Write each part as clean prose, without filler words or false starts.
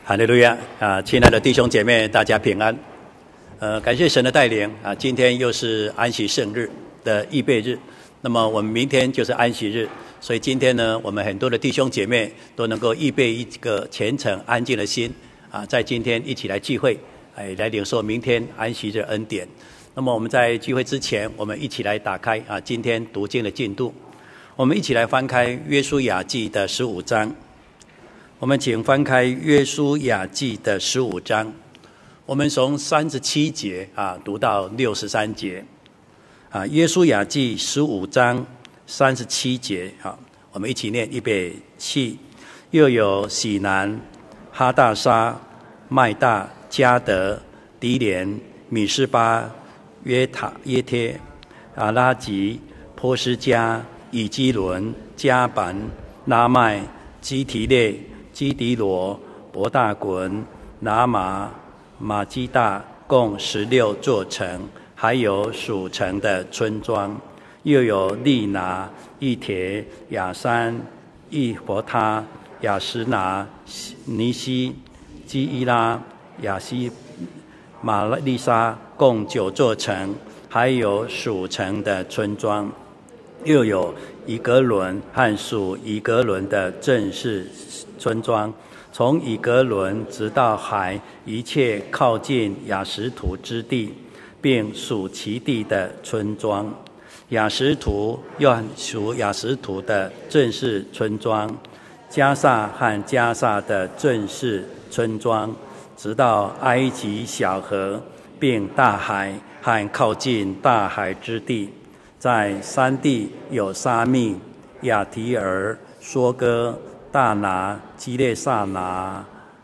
哈利路亚啊！亲爱的弟兄姐妹，大家平安。感谢神的带领啊！今天又是安息圣日的预备日，那么我们明天就是安息日，所以今天呢，我们很多的弟兄姐妹都能够预备一个虔诚安静的心啊，在今天一起来聚会，来领受明天安息日恩典。那么我们在聚会之前，我们一起来打开啊今天读经的进度，我们一起来翻开约书亚记的15章。我们请翻开约书亚记的15章，我们从37节读到63节约书亚记15章37节我们一起念，预备起。又有喜南、哈大沙、麦大、迦得、迪连、米斯巴、约帖、阿拉吉、波斯加、以基伦、加板、拉麦、基提列、基迪罗、伯大滚、拿马、马基大，共16座城，还有属城的村庄。又有利拿、以铁、亚山、以伯他、亚什拿、尼西、基伊拉、亚西、马利沙，共9座城，还有属城的村庄。又有以格伦和属以格伦的正式村庄，从以格伦直到海一切靠近亚实土之地，并属其地的村庄。亚实土又属亚实土的正式村庄，加萨和加萨的正式村庄，直到埃及小河，并大海和靠近大海之地。在山地有沙密、亚提尔、梭哥、大拿、基列萨拿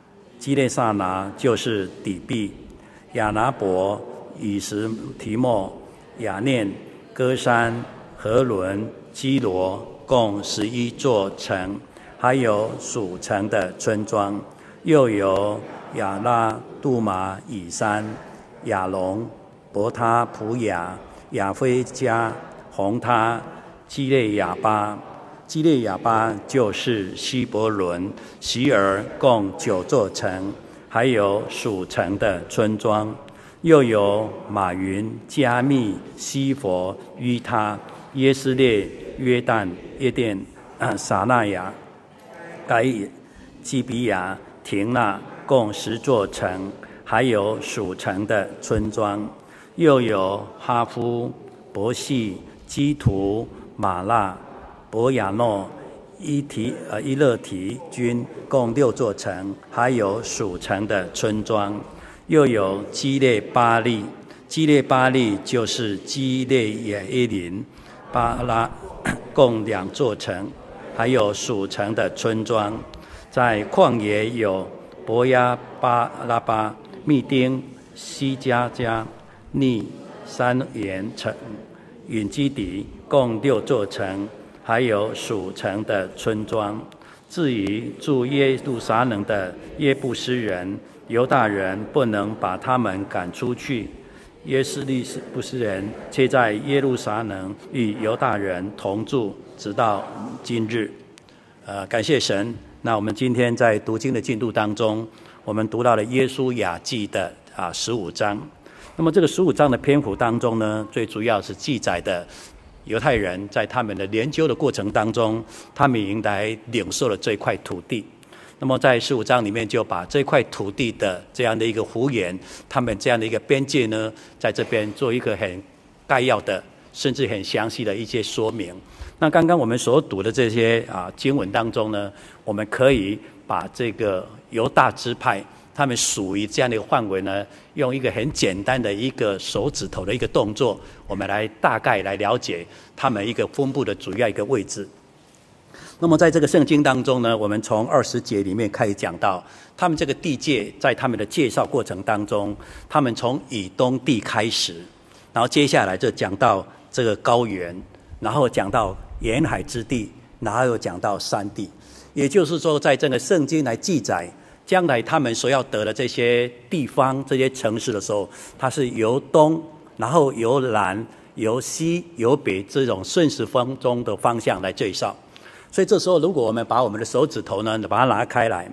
就是底壁、亚拿伯、以实提莫、雅念、歌山、何伦、基罗，共11座城，还有属城的村庄。又有亚拉、杜马、以山、亚龙、伯他普雅、亚非加、红他、基列亚巴。基列亚巴就是希伯伦、席尔，共9座城，还有属城的村庄。又有马云、加密、西佛、于他、耶斯列、约旦、耶甸、撒那亚、该基比亚、廷纳，共10座城，还有属城的村庄。又有哈夫、伯细、基图、马拉、伯亚诺、伊勒提军，共6座城，还有属城的村庄。又有基列巴利，基列巴利就是基列耶林、巴拉，共2座城，还有属城的村庄。在旷野有伯亚巴拉巴、密丁、西加加、利、三元城、允基底，共6座城，还有属城的村庄。至于住耶路撒冷的耶布斯人、犹大人，不能把他们赶出去。耶布斯人却在耶路撒冷与犹大人同住，直到今日。感谢神。那我们今天在读经的进度当中，我们读到了约书亚记的15章。那么这个15章的篇幅当中呢，最主要是记载的犹太人在他们的研究的过程当中，他们迎来领受了这块土地。那么在15章里面就把这块土地的这样的一个幅员，他们这样的一个边界呢，在这边做一个很概要的甚至很详细的一些说明。那刚刚我们所读的这些经文当中呢，我们可以把这个犹大支派他们属于这样的一个范围呢，用一个很简单的一个手指头的一个动作，我们来大概来了解他们一个分布的主要一个位置。那么在这个圣经当中呢，我们从20节里面开始讲到他们这个地界，在他们的介绍过程当中，他们从以东地开始，然后接下来就讲到这个高原，然后讲到沿海之地，然后又讲到山地。也就是说，在这个圣经来记载将来他们所要得的这些地方、这些城市的时候，它是由东，然后由南、由西、由北这种顺时钟的方向来介绍。所以这时候，如果我们把我们的手指头呢，把它拿开来，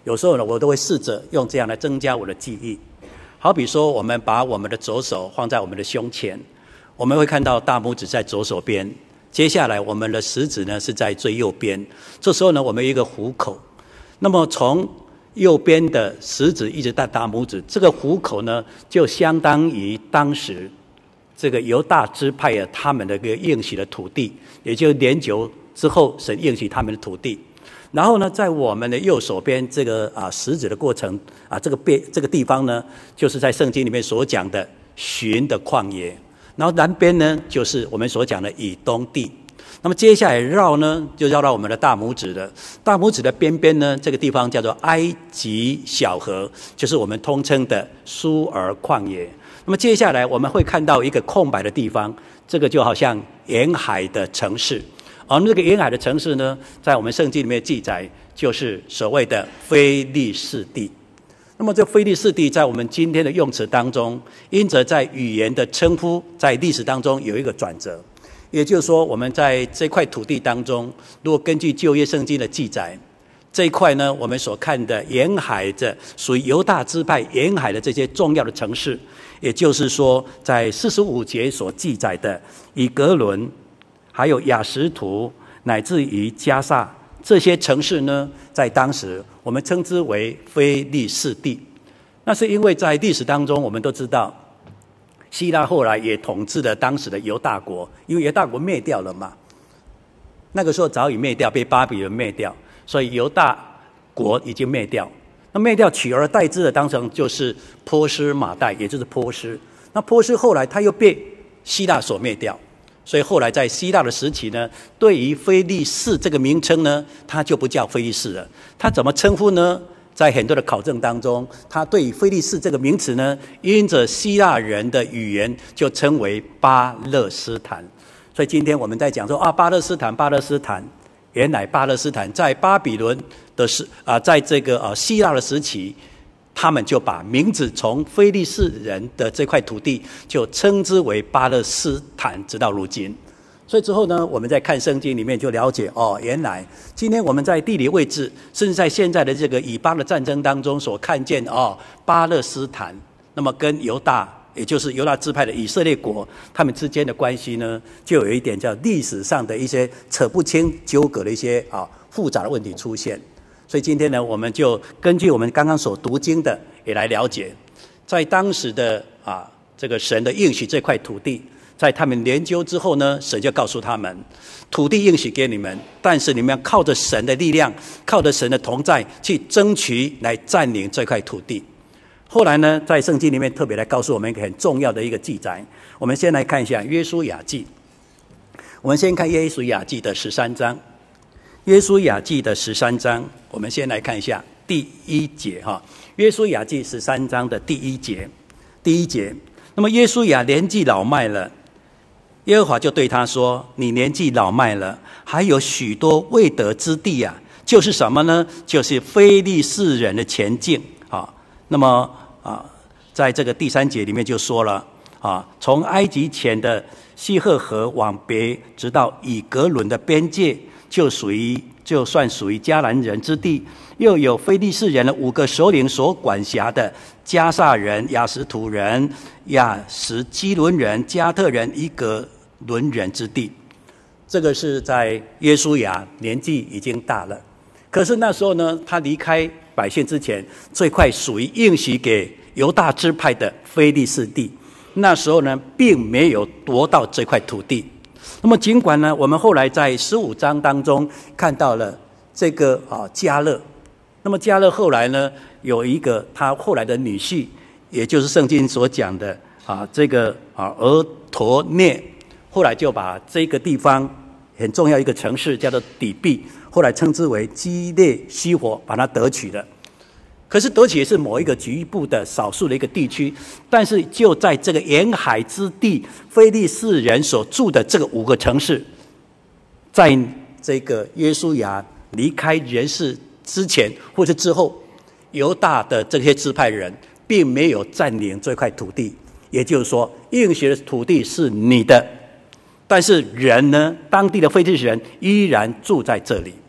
有时候呢，我都会试着用这样来增加我的记忆。好比说，我们把我们的左手放在我们的胸前，我们会看到大拇指在左手边，接下来我们的食指呢是在最右边。这时候呢，我们有一个虎口，那么从右边的食指一直到大拇指，这个虎口呢，就相当于当时这个犹大支派的他们的一个应许的土地，也就是年久之后神应许他们的土地。然后呢，在我们的右手边这个食指的过程这个地方呢，就是在圣经里面所讲的寻的旷野。然后南边呢，就是我们所讲的以东地。那么接下来绕呢，就绕到我们的大拇指了。大拇指的边边呢，这个地方叫做埃及小河，就是我们通称的苏尔旷野。那么接下来我们会看到一个空白的地方，这个就好像沿海的城市。而那个沿海的城市呢，在我们圣经里面记载，就是所谓的非利士地。那么这非利士地在我们今天的用词当中，因着在语言的称呼，在历史当中有一个转折。也就是说，我们在这块土地当中，如果根据旧约圣经的记载，这一块呢，我们所看的沿海的属于犹大支派沿海的这些重要的城市，也就是说，在45节所记载的以革伦，还有亚实突，乃至于加萨这些城市呢，在当时我们称之为非利士地。那是因为在历史当中，我们都知道，希腊后来也统治了当时的犹大国，因为犹大国灭掉了嘛，那个时候早已灭掉，被巴比伦灭掉，所以犹大国已经灭掉。那灭掉取而代之的当成就是波斯马代，也就是波斯。那波斯后来他又被希腊所灭掉，所以后来在希腊的时期呢，对于非利士这个名称呢，它就不叫非利士了，它怎么称呼呢？在很多的考证当中，他对于非利士这个名词呢，因着希腊人的语言就称为巴勒斯坦。所以今天我们在讲说巴勒斯坦，原来巴勒斯坦在巴比伦的在这个希腊的时期，他们就把名字从非利士人的这块土地就称之为巴勒斯坦，直到如今。所以之后呢，我们在看圣经里面就了解原来今天我们在地理位置，甚至在现在的这个以巴的战争当中所看见巴勒斯坦，那么跟犹大，也就是犹大支派的以色列国，他们之间的关系呢，就有一点叫历史上的一些扯不清纠葛的一些复杂的问题出现。所以今天呢，我们就根据我们刚刚所读经的，也来了解，在当时的这个神的应许这块土地。在他们研究之后呢，神就告诉他们，土地应许给你们，但是你们要靠着神的力量，靠着神的同在去争取来占领这块土地。后来呢，在圣经里面特别来告诉我们一个很重要的一个记载。我们先来看一下约书亚记。我们先看约书亚记的13章。约书亚记的13章，我们先来看一下第1节约书亚记13章的第1节。第1节，那么约书亚年纪老迈了，耶和华就对他说，你年纪老迈了，还有许多未得之地啊，就是什么呢？就是非利士人的前境那么在这个第3节里面就说了从埃及前的西赫河往北，直到以革伦的边界，就算属于迦南人之地。又有非利士人的5个首领所管辖的加萨人、亚实突人、亚实基伦人、加特人、以革伦人之地。这个是在约书亚年纪已经大了，可是那时候呢，他离开百姓之前，这块属于应许给犹大支派的非利士地，那时候呢，并没有夺到这块土地。那么尽管呢，我们后来在15章当中看到了这个迦勒，那么迦勒后来呢，有一个他后来的女婿，也就是圣经所讲的这个俄陀涅，后来就把这个地方很重要一个城市叫做底壁，后来称之为基列西活，把它得取了。可是得取也是某一个局部的少数的一个地区，但是就在这个沿海之地，非利士人所住的这个5个城市，在这个约书亚离开人世之前或是之后，犹大的这些支派人并没有占领这块土地，也就是说，应许的土地是你的，但是人呢，当地的非利士人依然住在这里。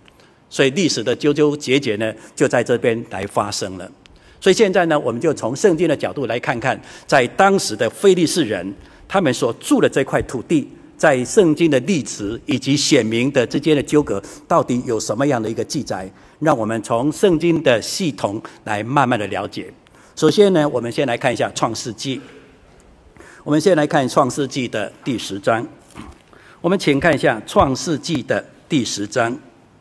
所以历史的纠纠结结呢，就在这边来发生了。所以现在呢，我们就从圣经的角度来看看，在当时的非利士人，他们所住的这块土地，在圣经的历史以及显明的之间的纠葛，到底有什么样的一个记载？让我们从圣经的系统来慢慢的了解。首先呢，我们先来看一下创世纪。我们先来看创世纪的第10章。我们请看一下创世纪的第10章。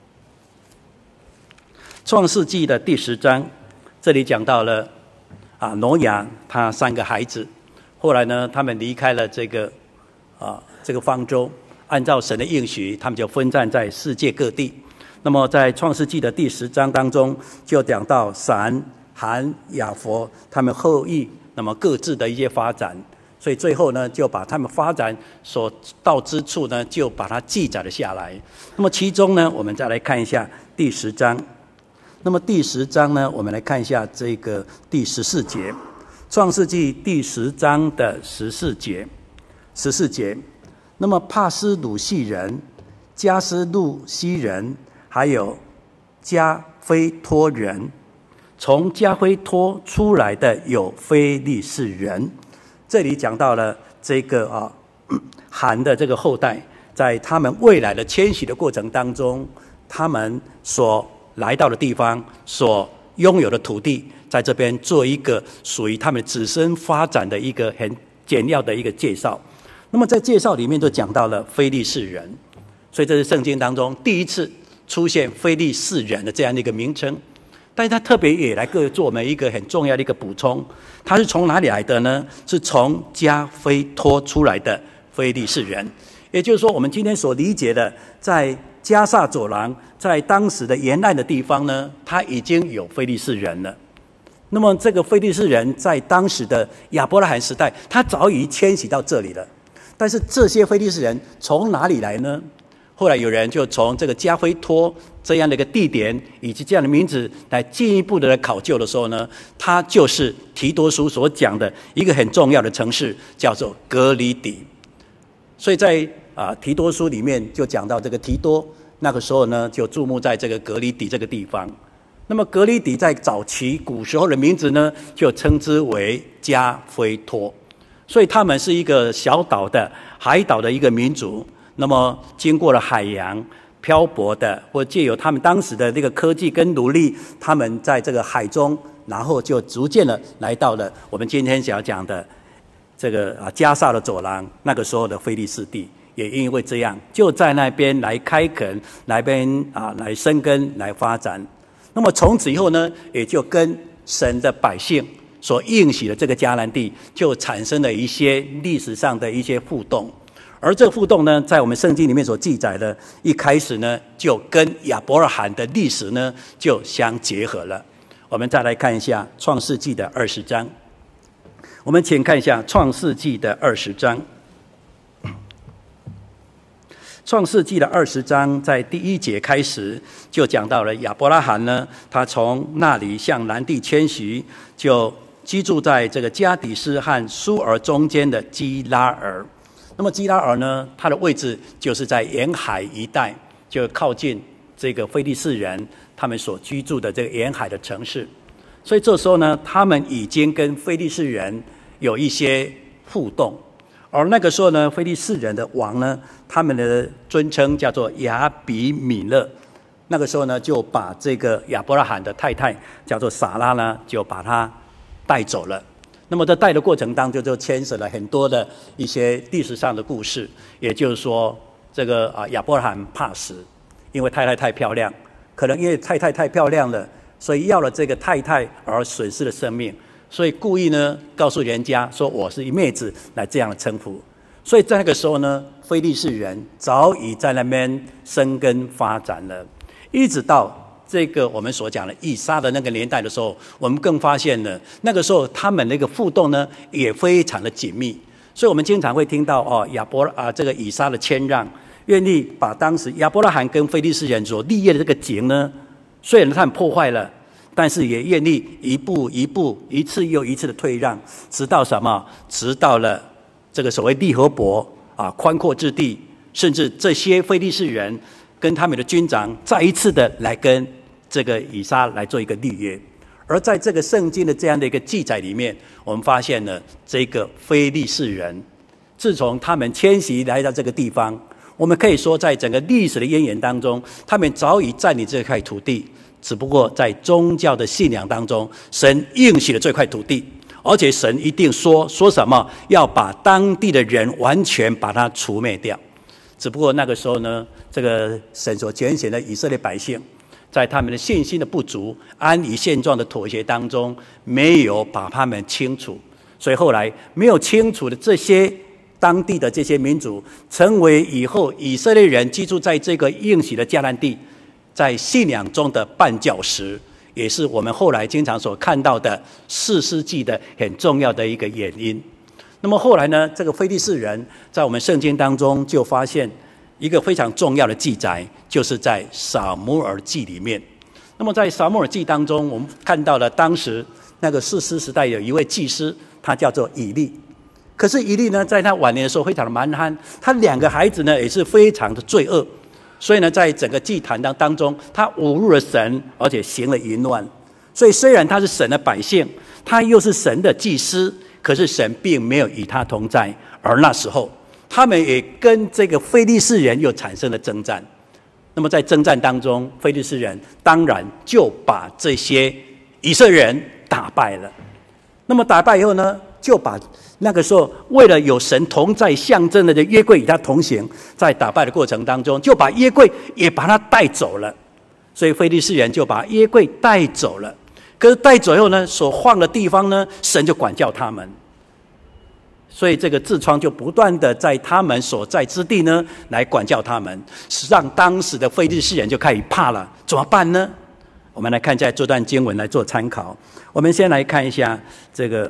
创世纪的第10章，这里讲到了挪亚他3个孩子，后来呢，他们离开了这个方舟，按照神的应许，他们就分散在世界各地。那么在创世纪的第10章当中，就讲到闪、含、雅弗他们后裔，那么各自的一些发展，所以最后呢，就把他们发展所到之处呢，就把它记载了下来。那么其中呢，我们再来看一下第10章。那么第10章呢，我们来看一下这个第14节，创世纪第10章的14节。那么帕斯鲁系人、加斯路西人，还有加菲托人，从加菲托出来的有非利士人。这里讲到了这个含的这个后代，在他们未来的迁徙的过程当中，他们所来到的地方，所拥有的土地，在这边做一个属于他们子孙发展的一个很简要的一个介绍。那么在介绍里面就讲到了非利士人，所以这是圣经当中第一次出现非利士人的这样的一个名称。但是他特别也来做我们一个很重要的一个补充，他是从哪里来的呢？是从加菲托出来的非利士人。也就是说，我们今天所理解的，在加萨走廊，在当时的沿岸的地方呢，他已经有非利士人了。那么这个非利士人在当时的亚伯拉罕时代，他早已迁徙到这里了。但是这些非利士人从哪里来呢？后来有人就从这个加菲托这样的一个地点以及这样的名字来进一步的来考究的时候呢，它就是提多书所讲的一个很重要的城市，叫做革哩底。所以在提多书里面就讲到这个提多，那个时候呢就注目在这个革哩底这个地方。那么革哩底在早期古时候的名字呢，就称之为加菲托。所以他们是一个小岛的海岛的一个民族，那么经过了海洋漂泊的，或借由他们当时的这个科技跟努力，他们在这个海中，然后就逐渐的来到了我们今天想要讲的这个加萨的走廊，那个时候的非利士地，也因为这样，就在那边来开垦，来生根，来发展。那么从此以后呢，也就跟神的百姓所应许的这个迦南地，就产生了一些历史上的一些互动。而这个互动呢，在我们圣经里面所记载的，一开始呢，就跟亚伯拉罕的历史呢，就相结合了。我们再来看一下创世纪的20章。我们请看一下创世纪的20章。创世纪的20章在第1节开始就讲到了亚伯拉罕呢，他从那里向南地迁徙，就居住在这个加底斯和苏尔中间的基拉尔。那么基拉尔呢，它的位置就是在沿海一带，就靠近这个非利士人他们所居住的这个沿海的城市。所以这时候呢，他们已经跟非利士人有一些互动。而那个时候呢，非利士人的王呢，他们的尊称叫做亚比米勒。那个时候呢，就把这个亚伯拉罕的太太叫做撒拉呢，就把他带走了。那么在带的过程当中，就牵涉了很多的一些历史上的故事。也就是说，这个亚伯拉罕怕死，因为太太太漂亮，可能因为太太太漂亮了，所以要了这个太太而损失了生命。所以故意呢告诉人家说我是一妹子来这样的称呼。所以在那个时候呢，非利士人早已在那边生根发展了，一直到这个我们所讲的以撒的那个年代的时候，我们更发现了那个时候他们那个互动呢也非常的紧密。所以我们经常会听到这个以撒的谦让，愿意把当时亚伯拉罕跟非利士人所立业的这个井呢，虽然他们破坏了，但是也愿意一步一步、一次又一次的退让，直到什么？直到了这个所谓利河伯宽阔之地，甚至这些非利士人跟他们的军长再一次的来跟这个以撒来做一个立约。而在这个圣经的这样的一个记载里面，我们发现了这个非利士人，自从他们迁徙来到这个地方，我们可以说在整个历史的渊源当中，他们早已占领这块土地，只不过在宗教的信仰当中，神应许了这块土地，而且神一定说什么，要把当地的人完全把它除灭掉。只不过那个时候呢，这个神所拣选的以色列百姓，在他们的信心的不足、安于现状的妥协当中，没有把他们清除，所以后来没有清除的这些当地的这些民族，成为以后以色列人居住在这个应许的迦南地，在信仰中的绊脚石，也是我们后来经常所看到的士师记的很重要的一个原因。那么后来呢，这个非利士人在我们圣经当中就发现一个非常重要的记载，就是在撒母耳记里面。那么在撒母耳记当中，我们看到了当时那个士师时代有一位祭司，他叫做以利。可是以利呢，在他晚年的时候非常的蛮憨，他2个孩子呢也是非常的罪恶，所以呢，在整个祭坛当中，他侮辱了神，而且行了淫乱。所以虽然他是神的百姓，他又是神的祭司，可是神并没有与他同在。而那时候他们也跟这个非利士人又产生了征战。那么在征战当中，非利士人当然就把这些以色列人打败了。那么打败以后呢，就把那个时候为了有神同在象征的约柜与他同行，在打败的过程当中，就把约柜也把他带走了。所以非利士人就把约柜带走了。可是带走以后呢，所放的地方呢，神就管教他们。所以这个痔疮就不断的在他们所在之地呢来管教他们，让当时的非利士人就开始怕了。怎么办呢？我们来看一下这段经文来做参考。我们先来看一下这个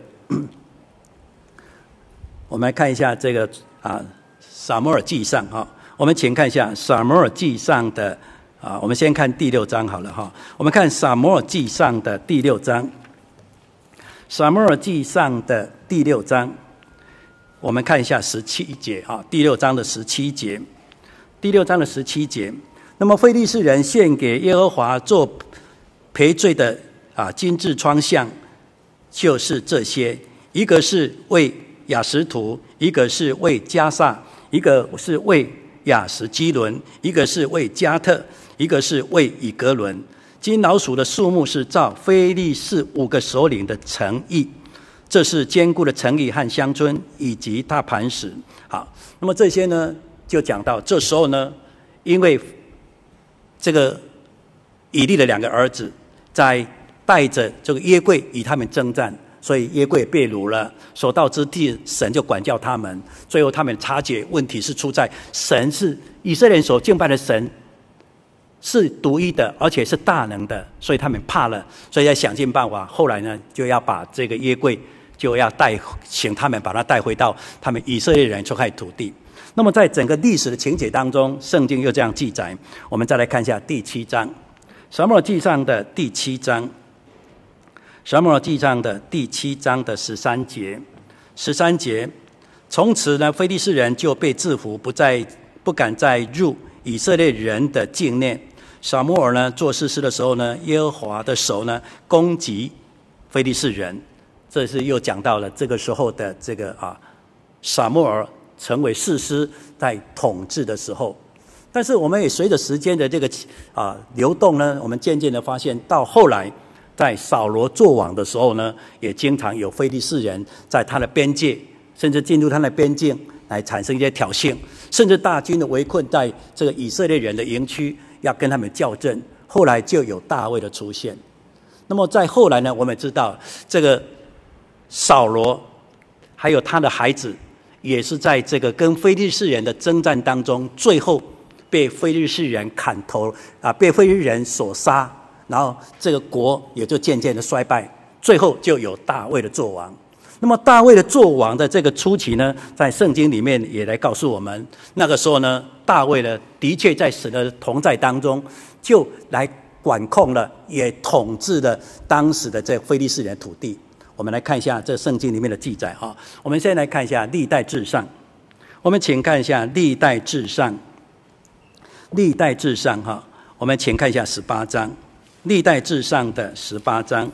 我们来看一下这个撒母耳记上我们请看一下撒母耳记上的我们先看第6章好了我们看撒母耳记上的第6章，撒母耳记上的第6章。我们看一下17节第6章的17节，第6章的17节。那么非利士人献给耶和华做赔罪的金痔疮像，就是这些：一个是为亚实图，一个是为加萨，一个是为亚实基伦，一个是为加特，一个是为以格伦。金老鼠的数目是照非利士5个首领的城邑。这是坚固的城邑和乡村以及大磐石。好，那么这些呢，就讲到这时候呢，因为这个以利的2个儿子在带着这个约柜与他们征战，所以约柜被掳了，所到之地神就管教他们。最后他们察觉问题是出在神是以色列人所敬拜的神是独一的，而且是大能的，所以他们怕了，所以要想尽办法。后来呢，就要把这个约柜就要请他们把它带回到他们以色列人这块土地。那么在整个历史的情节当中，圣经又这样记载。我们再来看一下第7章，撒母耳记上的第7章，撒母耳记上的第7章的13节。从此呢，非利士人就被制服，不敢再入以色列人的境内。撒母耳呢做士师的时候呢，耶和华的手呢攻击非利士人。这是又讲到了这个时候的这个撒母耳成为士师在统治的时候。但是我们也随着时间的这个流动呢，我们渐渐的发现到后来在扫罗作王的时候呢，也经常有非利士人在他的边界甚至进入他的边境来产生一些挑衅，甚至大军的围困在这个以色列人的营区，要跟他们较真。后来就有大卫的出现。那么在后来呢，我们也知道这个扫罗还有他的孩子也是在这个跟非利士人的征战当中，最后被非利士人砍头被非利士人所杀，然后这个国也就渐渐的衰败，最后就有大卫的作王。那么大卫的作王的这个初期呢，在圣经里面也来告诉我们，那个时候呢，大卫呢的确在神的同在当中，就来管控了，也统治了当时的这非利士人的土地。我们来看一下这圣经里面的记载我们先来看一下历代志上，我们请看一下历代志上历代志上哈，我们请看一下18章，历代志上的18章。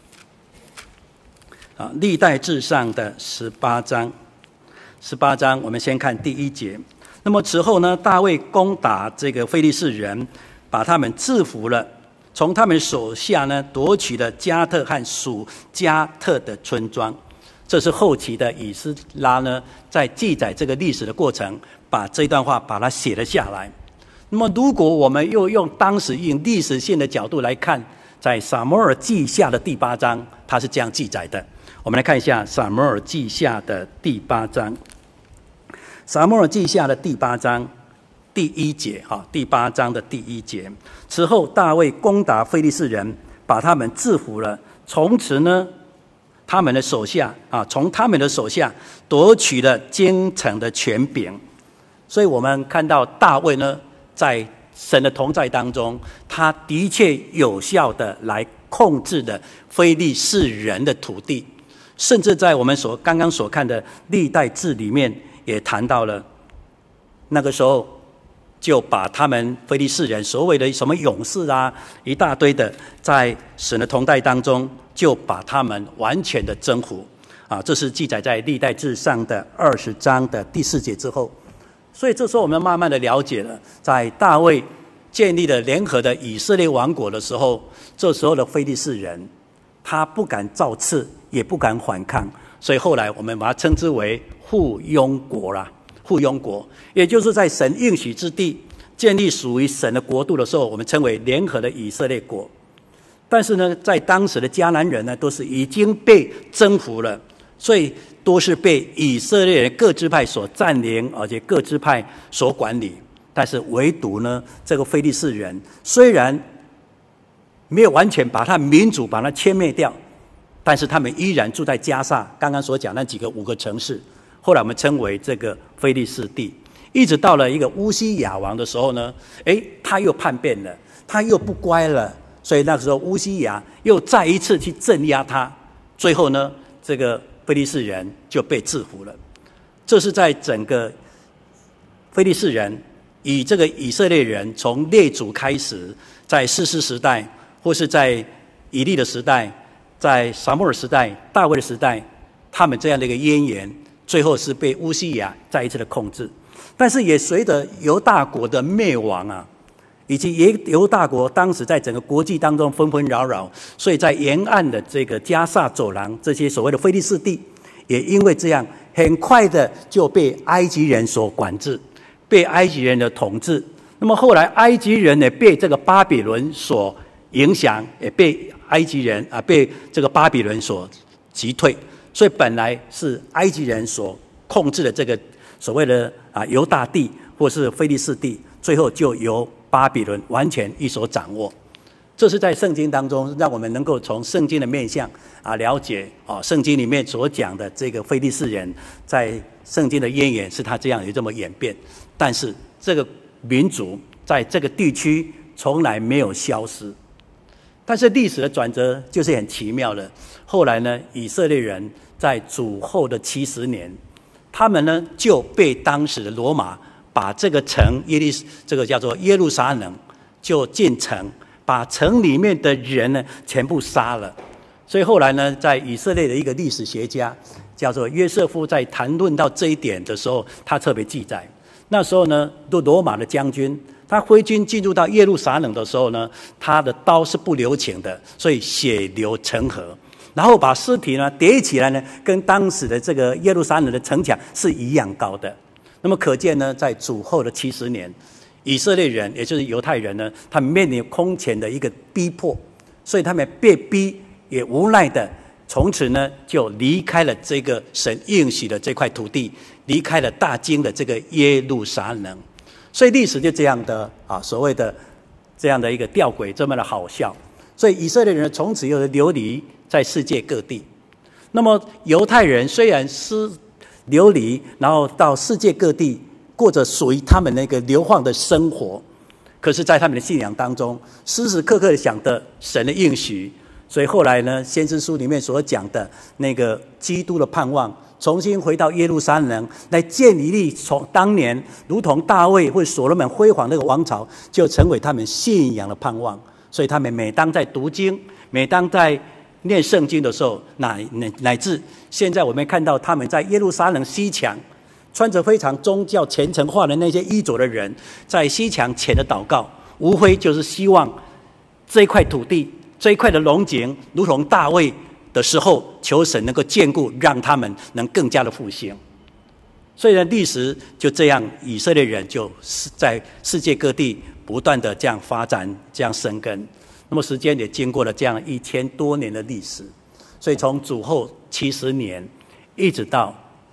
历代志上的18章，我们先看第1节。那么此后呢，大卫攻打这个非利士人，把他们制服了，从他们手下呢夺取了加特和属加特的村庄。这是后期的以斯拉呢，在记载这个历史的过程，把这段话把它写了下来。那么如果我们又用当时用历史性的角度来看，在撒母耳记下的第8章，它是这样记载的。我们来看一下撒母耳记下的第8章。撒母耳记下的第8章第1节，第8章的第1节。此后大卫攻打非利士人，把他们制服了，从此呢，从他们的手下夺取了京城的权柄。所以我们看到大卫呢，在神的同在当中，他的确有效的来控制了非利士人的土地。甚至在我们刚刚所看的历代志里面也谈到了，那个时候就把他们非利士人所谓的什么勇士啊，一大堆的，在神的同在当中就把他们完全的征服这是记载在历代志上的20章的第4节之后。所以这时候我们慢慢的了解了，在大卫建立了联合的以色列王国的时候，这时候的非利士人他不敢造次，也不敢反抗，所以后来我们把它称之为附庸国啦。附庸国，也就是在神应许之地建立属于神的国度的时候，我们称为联合的以色列国。但是呢，在当时的迦南人呢，都是已经被征服了，所以都是被以色列人各支派所占领，而且各支派所管理。但是唯独呢，这个非利士人虽然没有完全把他民族把他歼灭掉，但是他们依然住在加萨，刚刚所讲那5个城市，后来我们称为这个非利士地。一直到了一个乌西雅王的时候呢，他又叛变了，他又不乖了，所以那个时候乌西雅又再一次去镇压他，最后呢，这个非利士人就被制服了。这是在整个非利士人以这个以色列人从列祖开始，在士师时代，或是在以利的时代，在撒母耳时代、大卫的时代，他们这样的一个渊源，最后是被乌西雅再一次的控制。但是也随着犹大国的灭亡以及犹大国当时在整个国际当中纷纷扰扰，所以在沿岸的这个加萨走廊这些所谓的非利士地，也因为这样很快的就被埃及人所管制，被埃及人的统治。那么后来埃及人也被这个巴比伦所影响，也被埃及人被这个巴比伦所击退，所以本来是埃及人所控制的这个所谓的犹大地或是非利士地，最后就由巴比伦完全一手掌握。这是在圣经当中让我们能够从圣经的面向了解圣经里面所讲的这个非利士人在圣经的渊源是他这样有这么演变。但是这个民族在这个地区从来没有消失。但是历史的转折就是很奇妙的，后来呢，以色列人在主后的70年，他们呢就被当时的罗马把这个城这个叫做耶路撒冷就进城，把城里面的人呢全部杀了。所以后来呢，在以色列的一个历史学家叫做约瑟夫在谈论到这一点的时候，他特别记载，那时候呢，罗马的将军他挥军进入到耶路撒冷的时候呢，他的刀是不留情的，所以血流成河，然后把尸体呢叠起来呢，跟当时的这个耶路撒冷的城墙是一样高的。那么可见呢，在主后的70年，以色列人也就是犹太人呢，他们面临空前的一个逼迫，所以他们被逼也无奈的，从此呢就离开了这个神应许的这块土地，离开了大京的这个耶路撒冷。所以历史就这样的所谓的这样的一个吊诡，这么的好笑。所以以色列人从此又流离在世界各地。那么犹太人虽然是流离，然后到世界各地过着属于他们那个流放的生活，可是在他们的信仰当中时时刻刻的想着神的应许。所以后来呢，先知书里面所讲的那个基督的盼望， 重新回到耶路撒冷，来建立从当年如同大卫或所罗门辉煌那个王朝，就成为他们信仰的盼望。所以他们每当在读经，每当在念圣经的时候，乃至现在我们看到他们在耶路撒冷西墙，穿着非常宗教虔诚化的那些衣着的人，在西墙前的祷告，无非就是希望这一块土地，这一块的龙井，如同大卫的时候，求神能够眷顾，让他们能更加的复兴。所以呢，历史就这样，以色列人就在世界各地不断的这样发展，这样生根。那么时间也经过了这样1000多年的历史，所以从主后70年，一直到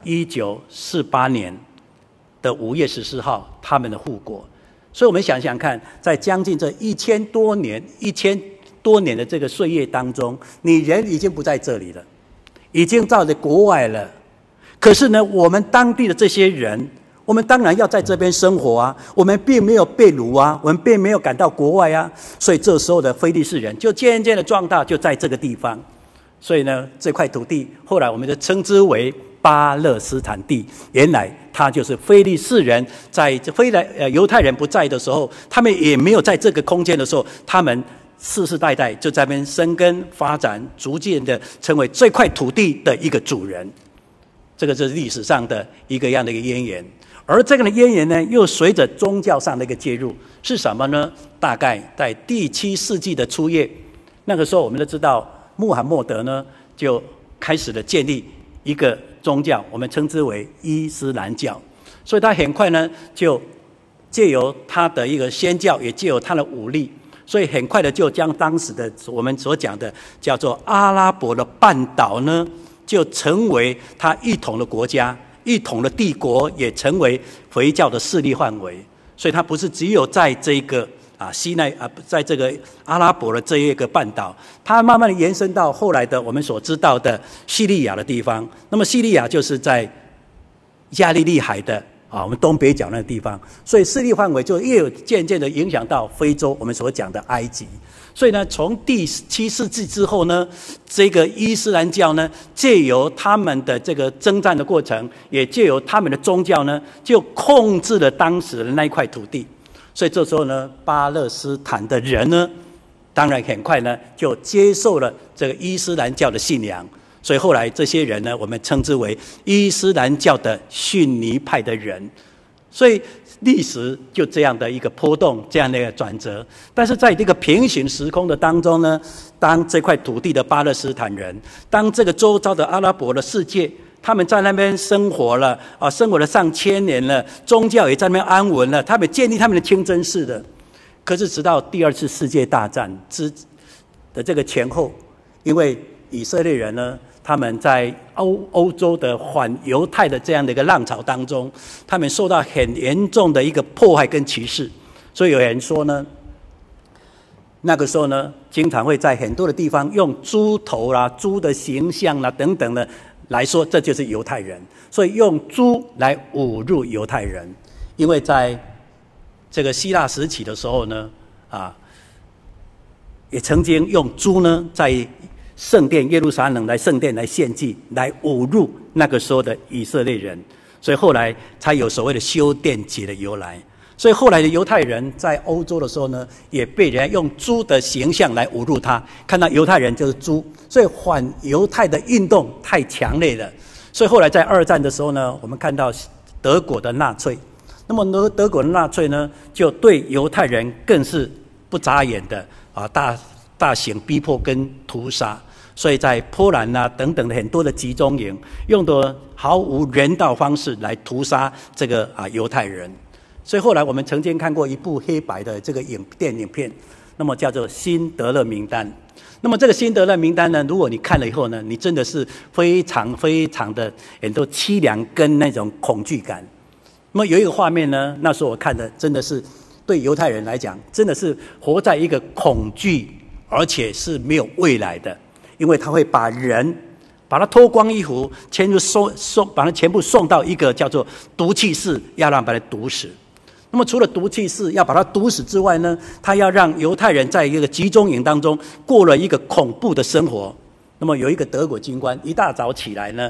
1948年的5月14号，他们的复国。所以我们想想看，在将近这1000多年的这个岁月当中，你人已经不在这里了，已经到了国外了。可是呢，我们当地的这些人，我们当然要在这边生活啊，我们并没有被掳啊，我们并没有赶到国外啊，所以这时候的非利士人就渐渐的壮大，就在这个地方。所以呢，这块土地后来我们就称之为巴勒斯坦地。原来它就是非利士人在犹太人不在的时候，他们也没有在这个空间的时候，他们世世代代就在那边生根发展，逐渐的成为这块土地的一个主人。这个是历史上的一个样的一个渊源。而这个的渊源呢，又随着宗教上的一个介入，是什么呢？大概在第7世纪的初叶，那个时候我们都知道，穆罕默德呢就开始了建立一个宗教，我们称之为伊斯兰教。所以他很快呢就借由他的一个宣教，也借由他的武力，所以很快的就将当时的我们所讲的叫做阿拉伯的半岛呢，就成为他一统的国家，一统的帝国，也成为回教的势力范围。所以它不是只有在这个在这个阿拉伯的这一个半岛，它慢慢的延伸到后来的我们所知道的叙利亚的地方。那么叙利亚就是在加利利海的我们东北角那个地方，所以势力范围就越有渐渐的影响到非洲，我们所讲的埃及。所以呢，从第7世纪之后呢，这个伊斯兰教呢，借由他们的这个征战的过程，也借由他们的宗教呢，就控制了当时的那一块土地。所以这时候呢，巴勒斯坦的人呢，当然很快呢就接受了这个伊斯兰教的信仰。所以后来这些人呢，我们称之为伊斯兰教的逊尼派的人。所以历史就这样的一个波动，这样的一个转折。但是在这个平行时空的当中呢，当这块土地的巴勒斯坦人，当这个周遭的阿拉伯的世界，他们在那边生活了生活了上千年了，宗教也在那边安稳了，他们建立他们的清真寺的。可是直到第2次世界大战的这个前后，因为以色列人呢，他们在欧洲的反犹太的这样的一个浪潮当中，他们受到很严重的一个迫害跟歧视。所以有人说呢，那个时候呢，经常会在很多的地方用猪头啦、猪的形象啦等等的来说，这就是犹太人。所以用猪来侮辱犹太人。因为在这个希腊时期的时候呢，也曾经用猪呢在圣殿耶路撒冷来圣殿来献祭，来侮辱那个时候的以色列人。所以后来才有所谓的修殿节的由来。所以后来的犹太人在欧洲的时候呢，也被人家用猪的形象来侮辱他，看到犹太人就是猪。所以反犹太的运动太强烈了。所以后来在2战的时候呢，我们看到德国的纳粹，那么德国的纳粹呢，就对犹太人更是不眨眼的大型逼迫跟屠杀。所以在波兰等等的很多的集中营，用的毫无人道方式来屠杀这个犹太人。所以后来我们曾经看过一部黑白的这个影片，那么叫做《辛德勒名单》。那么这个辛德勒名单呢，如果你看了以后呢，你真的是非常非常的很多凄凉跟那种恐惧感。那么有一个画面呢，那时候我看的真的是对犹太人来讲，真的是活在一个恐惧而且是没有未来的。因为他会把他脱光衣服，把他全部送到一个叫做毒气室，要让把他毒死。那么除了毒气室要把他毒死之外呢，他要让犹太人在一个集中营当中过了一个恐怖的生活。那么有一个德国军官一大早起来呢，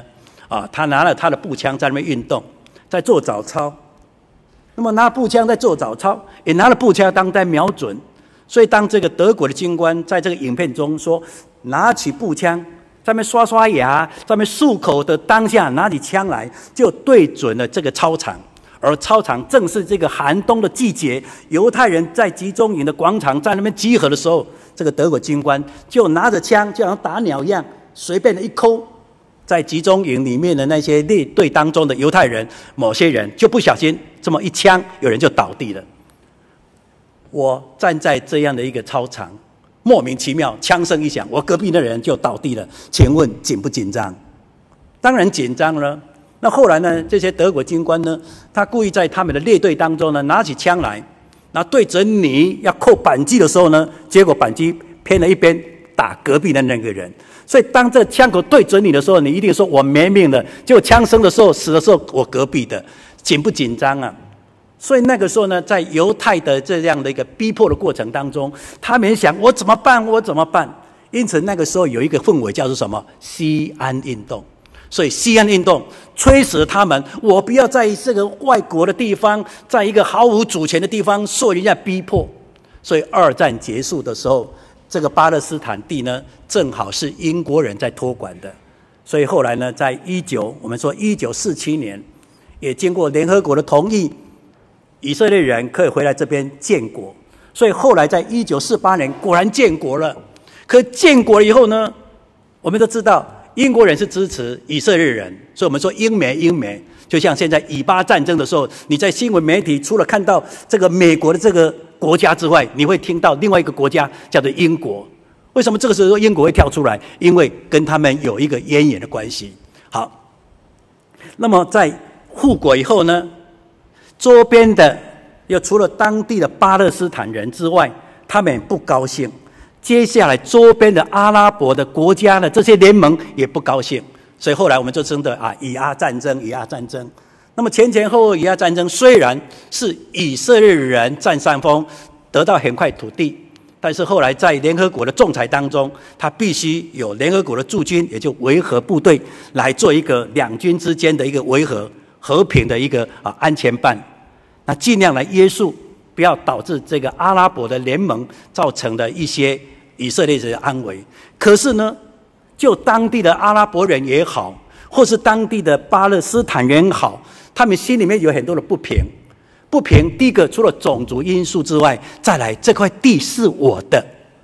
他拿了他的步枪在那边运动，在做早操。那么拿步枪在做早操，也拿了步枪当在瞄准。所以当这个德国的军官在这个影片中说，拿起步枪在那边刷刷牙，在那边漱口的当下，拿起枪来就对准了这个操场。而操场正是这个寒冬的季节，犹太人在集中营的广场在那边集合的时候，这个德国军官就拿着枪，就好像打鸟一样，随便的一扣，在集中营里面的那些列队当中的犹太人，某些人就不小心这么一枪，有人就倒地了。我站在这样的一个操场，莫名其妙，枪声一响，我隔壁的人就倒地了。请问紧不紧张？当然紧张了。那后来呢？这些德国军官呢，他故意在他们的列队当中呢，拿起枪来，然后对准你要扣扳机的时候呢，结果扳机偏了一边，打隔壁的那个人。所以当这枪口对准你的时候，你一定说我没命了。结果枪声的时候，死的时候，我隔壁的，紧不紧张啊？所以那个时候呢，在犹太的这样的一个逼迫的过程当中，他们想我怎么办？我怎么办？因此那个时候有一个氛围叫做什么？西安运动。所以西安运动催使他们，我不要在这个外国的地方，在一个毫无主权的地方受人家逼迫。所以二战结束的时候，这个巴勒斯坦地呢，正好是英国人在托管的。所以后来呢，在我们说1947年，也经过联合国的同意，以色列人可以回来这边建国。所以后来在1948年果然建国了。可建国了以后呢，我们都知道英国人是支持以色列人，所以我们说英美。就像现在以巴战争的时候，你在新闻媒体除了看到这个美国的这个国家之外，你会听到另外一个国家叫做英国。为什么这个时候英国会跳出来？因为跟他们有一个渊源的关系。好，那么在复国以后呢，周边的又除了当地的巴勒斯坦人之外，他们也不高兴。接下来周边的阿拉伯的国家的这些联盟也不高兴，所以后来我们就称的以阿战争。那么前后以阿战争虽然是以色列人占上风，得到很块土地，但是后来在联合国的仲裁当中，他必须有联合国的驻军，也就维和部队来做一个两军之间的一个维和和平的一个安全办，那尽量来约束，不要导致这个阿拉伯的联盟造成的一些以色列人的安危。可是呢，就当地的阿拉伯人也好，或是当地的巴勒斯坦人也好，他们心里面有很多的不平。第一个除了种族因素之外，再来这块地是我的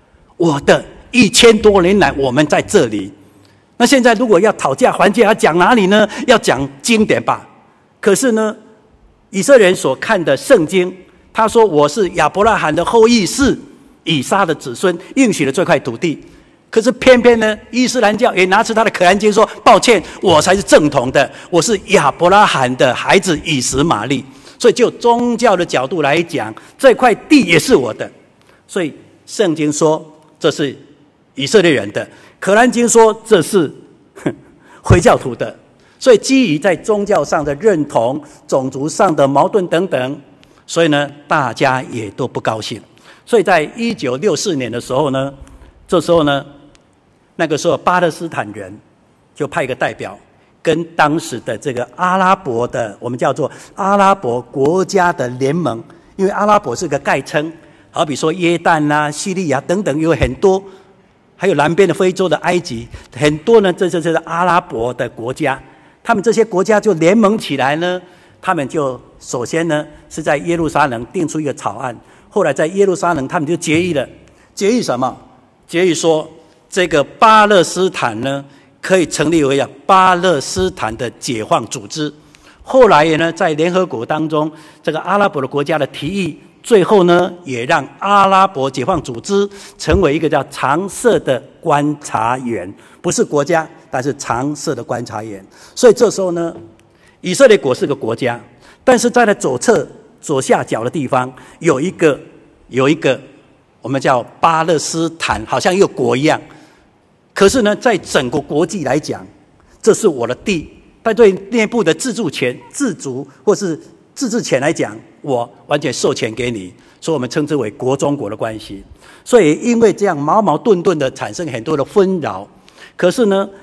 1000多年来我们在这里。那现在如果要讨价还价，要讲哪里呢？要讲经典吧。可是呢，以色列人所看的圣经，他说我是亚伯拉罕的后裔，是以撒的子孙，应许了这块土地。可是偏偏呢，伊斯兰教也拿出他的可兰经说，抱歉，我才是正统的，我是亚伯拉罕的孩子以实玛利。所以就宗教的角度来讲，这块地也是我的。所以圣经说这是以色列人的，可兰经说这是回教徒的。所以基于在宗教上的认同、种族上的矛盾等等，所以呢，大家也都不高兴。所以在1964年的时候呢，这时候呢，那个时候巴勒斯坦人就派一个代表，跟当时的这个阿拉伯的，我们叫做阿拉伯国家的联盟，因为阿拉伯是个概称，好比说约旦啦、叙利亚等等有很多，还有南边的非洲的埃及，很多呢，这就是阿拉伯的国家。他们这些国家就联盟起来呢，他们就首先呢是在耶路撒冷定出一个草案，后来在耶路撒冷他们就决议了，决议什么？决议说这个巴勒斯坦呢可以成立为巴勒斯坦的解放组织。后来呢，在联合国当中，这个阿拉伯的国家的提议，最后呢也让阿拉伯解放组织成为一个叫常设的观察员，不是国家，但是常设的观察员。所以这时候呢，以色列国是个国家，但是在它左侧左下角的地方有一个我们叫巴勒斯坦，好像一个国一样。可是呢，在整个国际来讲，这是我的地，但对内部的自主权、自主或是自治权来讲，我完全授权给你，所以我们称之为国中国的关系。所以因为这样矛盾的产生很多的纷扰。可是呢，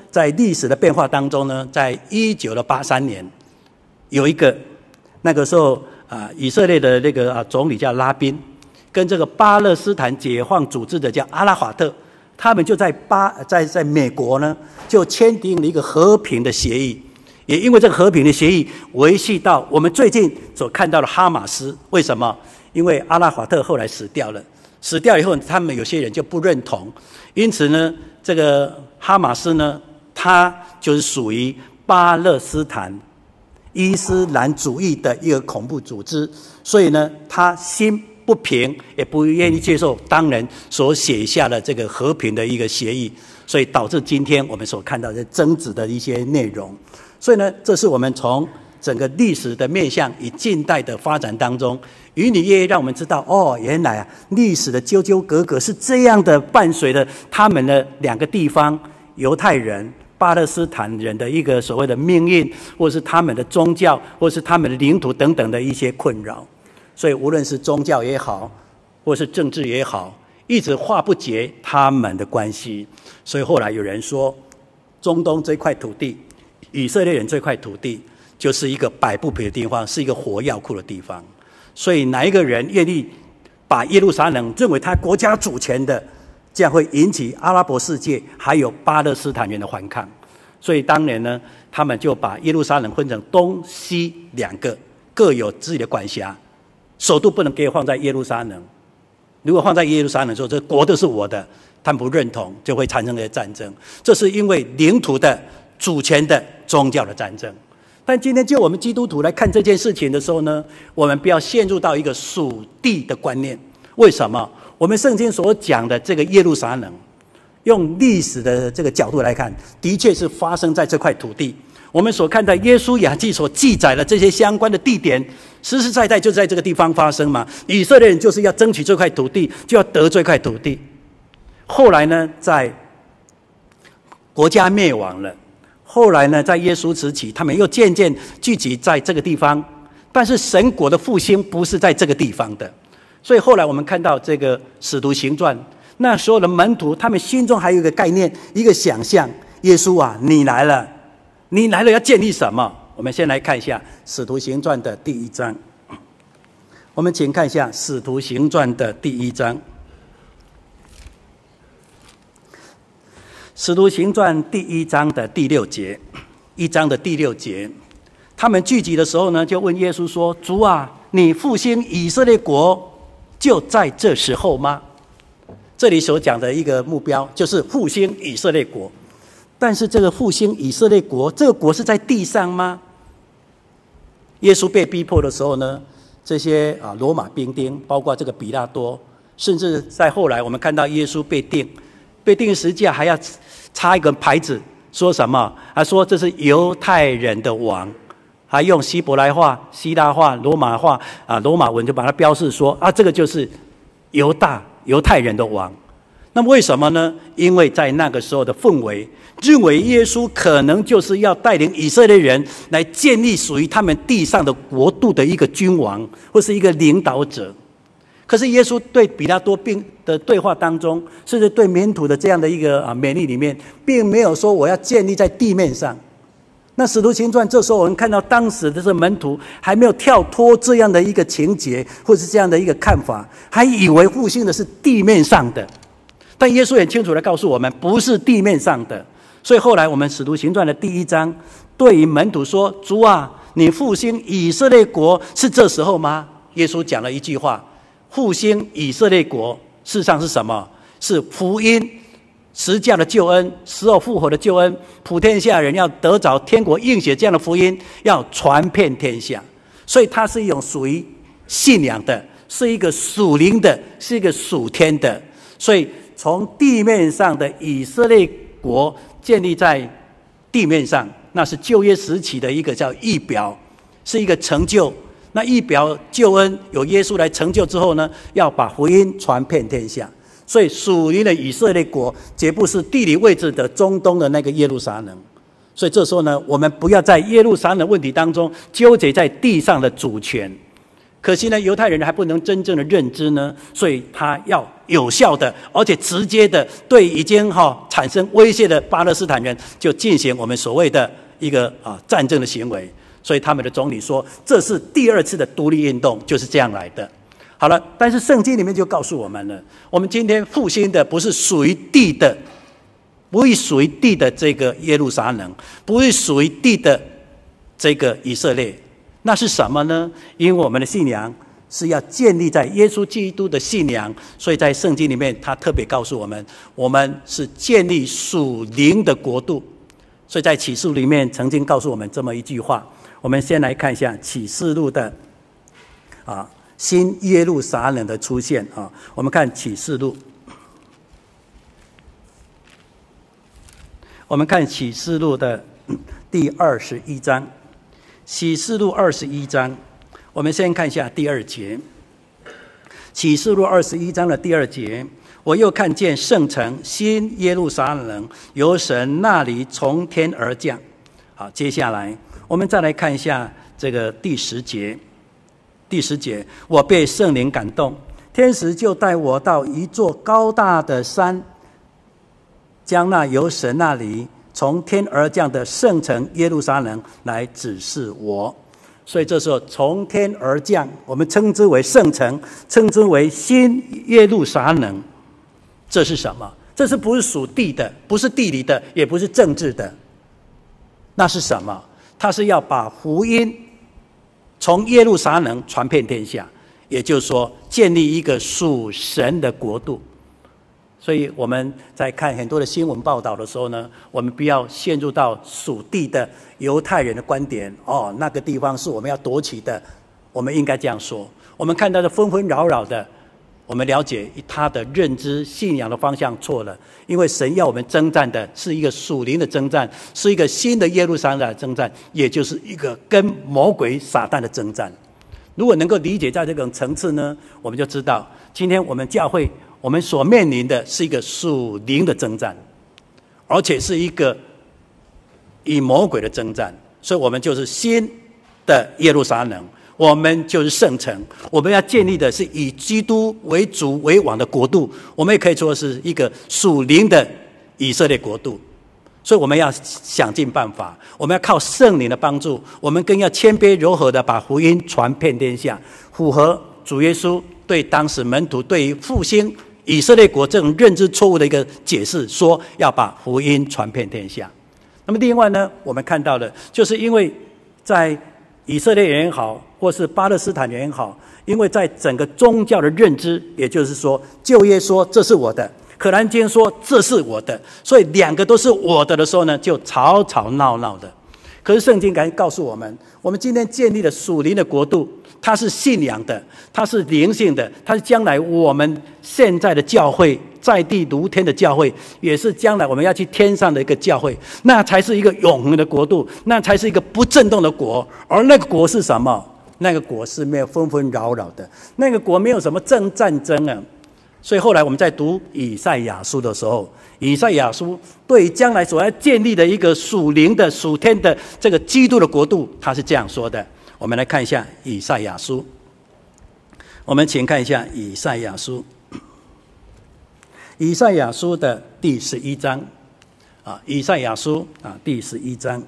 在历史的变化当中呢，在1983年，有一个那个时候以色列的那个总理叫拉宾，跟这个巴勒斯坦解放组织的叫阿拉法特，他们就在美国呢，就签订了一个和平的协议。也因为这个和平的协议维系到我们最近所看到的哈马斯。为什么？因为阿拉法特后来死掉了，死掉以后，他们有些人就不认同，因此呢，这个哈马斯呢，它就是属于巴勒斯坦伊斯兰主义的一个恐怖组织，所以呢，他心不平，也不愿意接受当人所写下的这个和平的一个协议，所以导致今天我们所看到的争执的一些内容。所以呢，这是我们从整个历史的面向与近代的发展当中，隐隐约约让我们知道，原来历史的纠纠葛葛是这样的，伴随着他们的两个地方犹太人、巴勒斯坦人的一个所谓的命运，或是他们的宗教，或是他们的领土等等的一些困扰。所以无论是宗教也好，或是政治也好，一直化不解他们的关系。所以后来有人说，中东这块土地，以色列人这块土地就是一个摆不平的地方，是一个火药库的地方。所以哪一个人愿意把耶路撒冷认为他国家主权的，这样会引起阿拉伯世界还有巴勒斯坦人的反抗。所以当年呢，他们就把耶路撒冷分成东西两个，各有自己的管辖，首都不能给放在耶路撒冷。如果放在耶路撒冷说这国都是我的，他们不认同，就会产生这些战争。这是因为领土的主权的宗教的战争。但今天就我们基督徒来看这件事情的时候呢，我们不要陷入到一个属地的观念。为什么？我们圣经所讲的这个耶路撒冷，用历史的这个角度来看，的确是发生在这块土地。我们所看到耶稣雅记所记载的这些相关的地点，实实在在就在这个地方发生嘛。以色列人就是要争取这块土地，就要得这块土地。后来呢，在国家灭亡了，后来呢，在耶稣时期，他们又渐渐聚集在这个地方，但是神国的复兴不是在这个地方的。所以后来我们看到这个使徒行传，那所有的门徒他们心中还有一个概念，一个想象，耶稣啊，你来了，你来了要建立什么？我们先来看一下使徒行传的第1章。我们请看一下使徒行传的第1章。使徒行传第1章的第6节，1章的第6节，他们聚集的时候呢，就问耶稣说：主啊，你复兴以色列国就在这时候吗？这里所讲的一个目标就是复兴以色列国。但是这个复兴以色列国，这个国是在地上吗？耶稣被逼迫的时候呢，这些罗马兵丁，包括这个比拉多，甚至在后来我们看到耶稣被钉十字架，还要插一个牌子，说什么？他说这是犹太人的王，还用希伯来话、希腊话、罗马话罗马文就把它标示说这个就是犹太人的王。那么为什么呢？因为在那个时候的氛围，认为耶稣可能就是要带领以色列人来建立属于他们地上的国度的一个君王，或是一个领导者。可是耶稣对比拉多的对话当中，甚至对门徒的这样的一个勉励里面，并没有说我要建立在地面上。那使徒行传这时候我们看到当时的这门徒还没有跳脱这样的一个情节，或是这样的一个看法，还以为复兴的是地面上的。但耶稣很清楚地告诉我们，不是地面上的。所以后来我们使徒行传的第1章对于门徒说：主啊，你复兴以色列国是这时候吗？耶稣讲了一句话，复兴以色列国事实上是什么？是福音十字架的救恩，死后复活的救恩，普天下人要得着天国应许这样的福音，要传遍天下。所以它是一种属于信仰的，是一个属灵的，是一个属天的。所以从地面上的以色列国建立在地面上，那是旧约时期的一个叫预表，是一个成就。那预表救恩有耶稣来成就之后呢，要把福音传遍天下。所以属灵的以色列国绝不是地理位置的中东的那个耶路撒冷。所以这时候呢，我们不要在耶路撒冷问题当中纠结在地上的主权， 可惜呢，犹太人还不能真正的认知呢，所以他要有效的，而且直接的对已经产生威胁的巴勒斯坦人，就进行我们所谓的一个战争的行为。所以他们的总理说，这是第二次的独立运动，就是这样来的。好了，但是圣经里面就告诉我们了，我们今天复兴的不是属于地的，不是属于地的这个耶路撒冷，不是属于地的这个以色列。那是什么呢？因为我们的信仰是要建立在耶稣基督的信仰，所以在圣经里面他特别告诉我们，我们是建立属灵的国度。所以在启示录里面曾经告诉我们这么一句话，我们先来看一下启示录的新耶路撒冷的出现啊。我们看启示录，我们看启示录的第21章。启示录21章，我们先看一下第2节。启示录21章的第2节，我又看见圣城新耶路撒冷由神那里从天而降。好，接下来我们再来看一下这个第10节。第10节，我被圣灵感动，天使就带我到一座高大的山，将那由神那里从天而降的圣城耶路撒冷来指示我。所以这时候从天而降，我们称之为圣城，称之为新耶路撒冷。这是什么？这是不是属地的，不是地理的，也不是政治的。那是什么？它是要把福音从耶路撒冷传遍天下，也就是说建立一个属神的国度。所以我们在看很多的新闻报道的时候呢，我们不要陷入到属地的犹太人的观点，那个地方是我们要夺取的，我们应该这样说。我们看到的纷纷扰扰的，我们了解他的认知信仰的方向错了，因为神要我们征战的是一个属灵的征战，是一个新的耶路撒冷的征战，也就是一个跟魔鬼撒旦的征战。如果能够理解在这种层次呢，我们就知道今天我们教会我们所面临的是一个属灵的征战，而且是一个与魔鬼的征战。所以我们就是新的耶路撒冷，我们就是圣城，我们要建立的是以基督为主为王的国度，我们也可以说是一个属灵的以色列国度。所以我们要想尽办法，我们要靠圣灵的帮助，我们更要谦卑柔和的把福音传遍天下，符合主耶稣对当时门徒对于复兴以色列国这种认知错误的一个解释，说要把福音传遍天下。那么另外呢，我们看到的就是因为在以色列人也好，或是巴勒斯坦人也好，因为在整个宗教的认知，也就是说旧约说这是我的，可兰经说这是我的，所以两个都是我的时候呢，就吵吵闹闹的。可是圣经告诉我们，我们今天建立的属灵的国度，它是信仰的，它是灵性的，它是将来我们现在的教会，在地如天的教会，也是将来我们要去天上的一个教会，那才是一个永恒的国度，那才是一个不震动的国。而那个国是什么？那个国是没有纷纷扰扰的，那个国没有什么战争啊。所以后来我们在读以赛亚书的时候，以赛亚书对于将来所要建立的一个属灵的属天的这个基督的国度，他是这样说的。我们来看一下以赛亚书，我们请看一下以赛亚书，以赛亚书的第11章以赛亚书第11章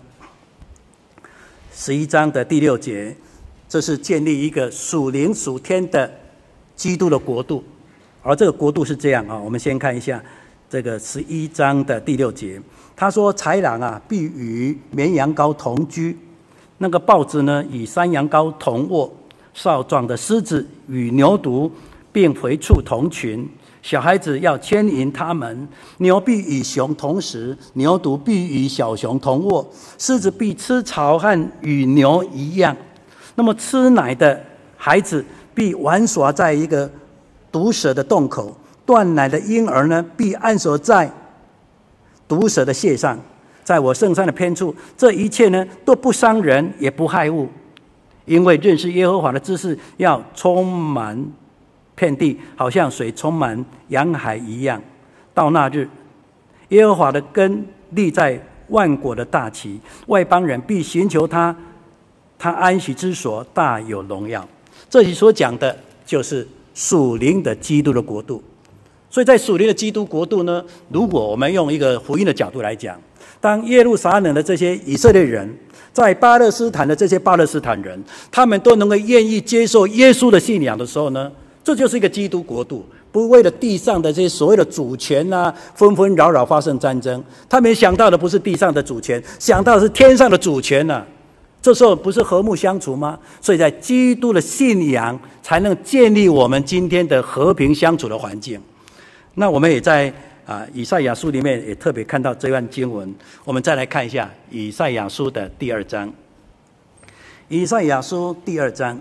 11章的第6节，这是建立一个属灵属天的基督的国度。而这个国度是这样我们先看一下这个11章的第6节，他说豺狼必与绵羊羔同居，那个豹子呢与山羊羔同卧，少壮的狮子与牛犊并肥畜同群，小孩子要牵引他们，牛必与熊同食，牛犊必与小熊同卧，狮子必吃草和与牛一样，那么吃奶的孩子必玩耍在一个毒蛇的洞口，断奶的婴儿呢必按手在毒蛇的穴上，在我圣山的偏处，这一切呢都不伤人也不害物，因为认识耶和华的知识要充满遍地，好像水充满洋海一样。到那日，耶和华的根立在万国的大旗，外邦人必寻求他，他安息之所大有荣耀。 这里所讲的就是属灵的基督的国度。所以在属灵的基督国度呢，如果我们用一个福音的角度来讲，当耶路撒冷的这些以色列人，在巴勒斯坦的这些巴勒斯坦人，他们都能够愿意接受耶稣的信仰的时候呢，这就是一个基督国度，不为了地上的这些所谓的主权啊，纷纷扰扰发生战争。他们想到的不是地上的主权，想到的是天上的主权啊。这时候不是和睦相处吗？所以在基督的信仰才能建立我们今天的和平相处的环境。那我们也在以赛亚书里面也特别看到这段经文。我们再来看一下以赛亚书的第2章。以赛亚书第2章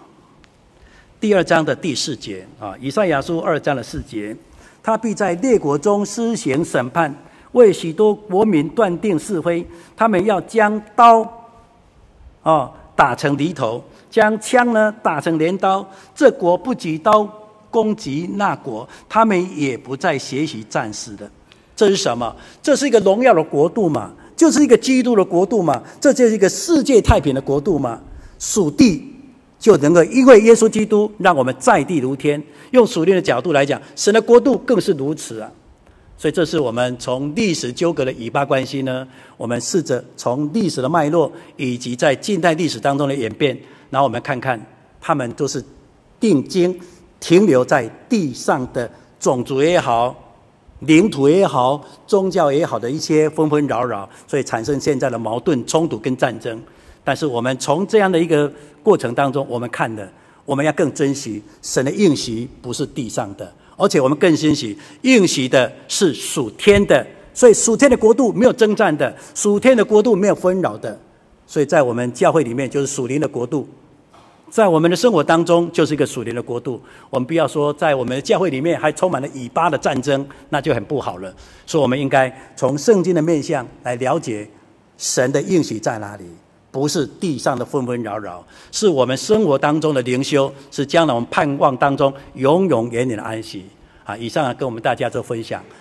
的第4节以赛亚书2章的4节，他必在列国中施行审判，为许多国民断定是非。他们要将刀打成犁头，将枪呢打成镰刀。这国不举刀攻击那国，他们也不再学习战士的。这是什么？这是一个荣耀的国度嘛，就是一个基督的国度嘛，这就是一个世界太平的国度嘛。属地就能够因为耶稣基督让我们在地如天，用属灵的角度来讲，神的国度更是如此啊。所以这是我们从历史纠葛的以巴关系呢，我们试着从历史的脉络以及在近代历史当中的演变，然后我们看看他们都是定睛停留在地上的种族也好，领土也好，宗教也好的一些纷纷扰扰，所以产生现在的矛盾冲突跟战争。但是我们从这样的一个过程当中，我们看的，我们要更珍惜神的应许不是地上的，而且我们更珍惜应许的是属天的。所以属天的国度没有征战的，属天的国度没有纷扰的。所以在我们教会里面就是属灵的国度，在我们的生活当中就是一个属灵的国度。我们不要说在我们的教会里面还充满了以巴的战争，那就很不好了。所以我们应该从圣经的面向来了解神的应许在哪里，不是地上的纷纷扰扰，是我们生活当中的灵修，是将来我们盼望当中永永远远的安息以上跟我们大家做分享。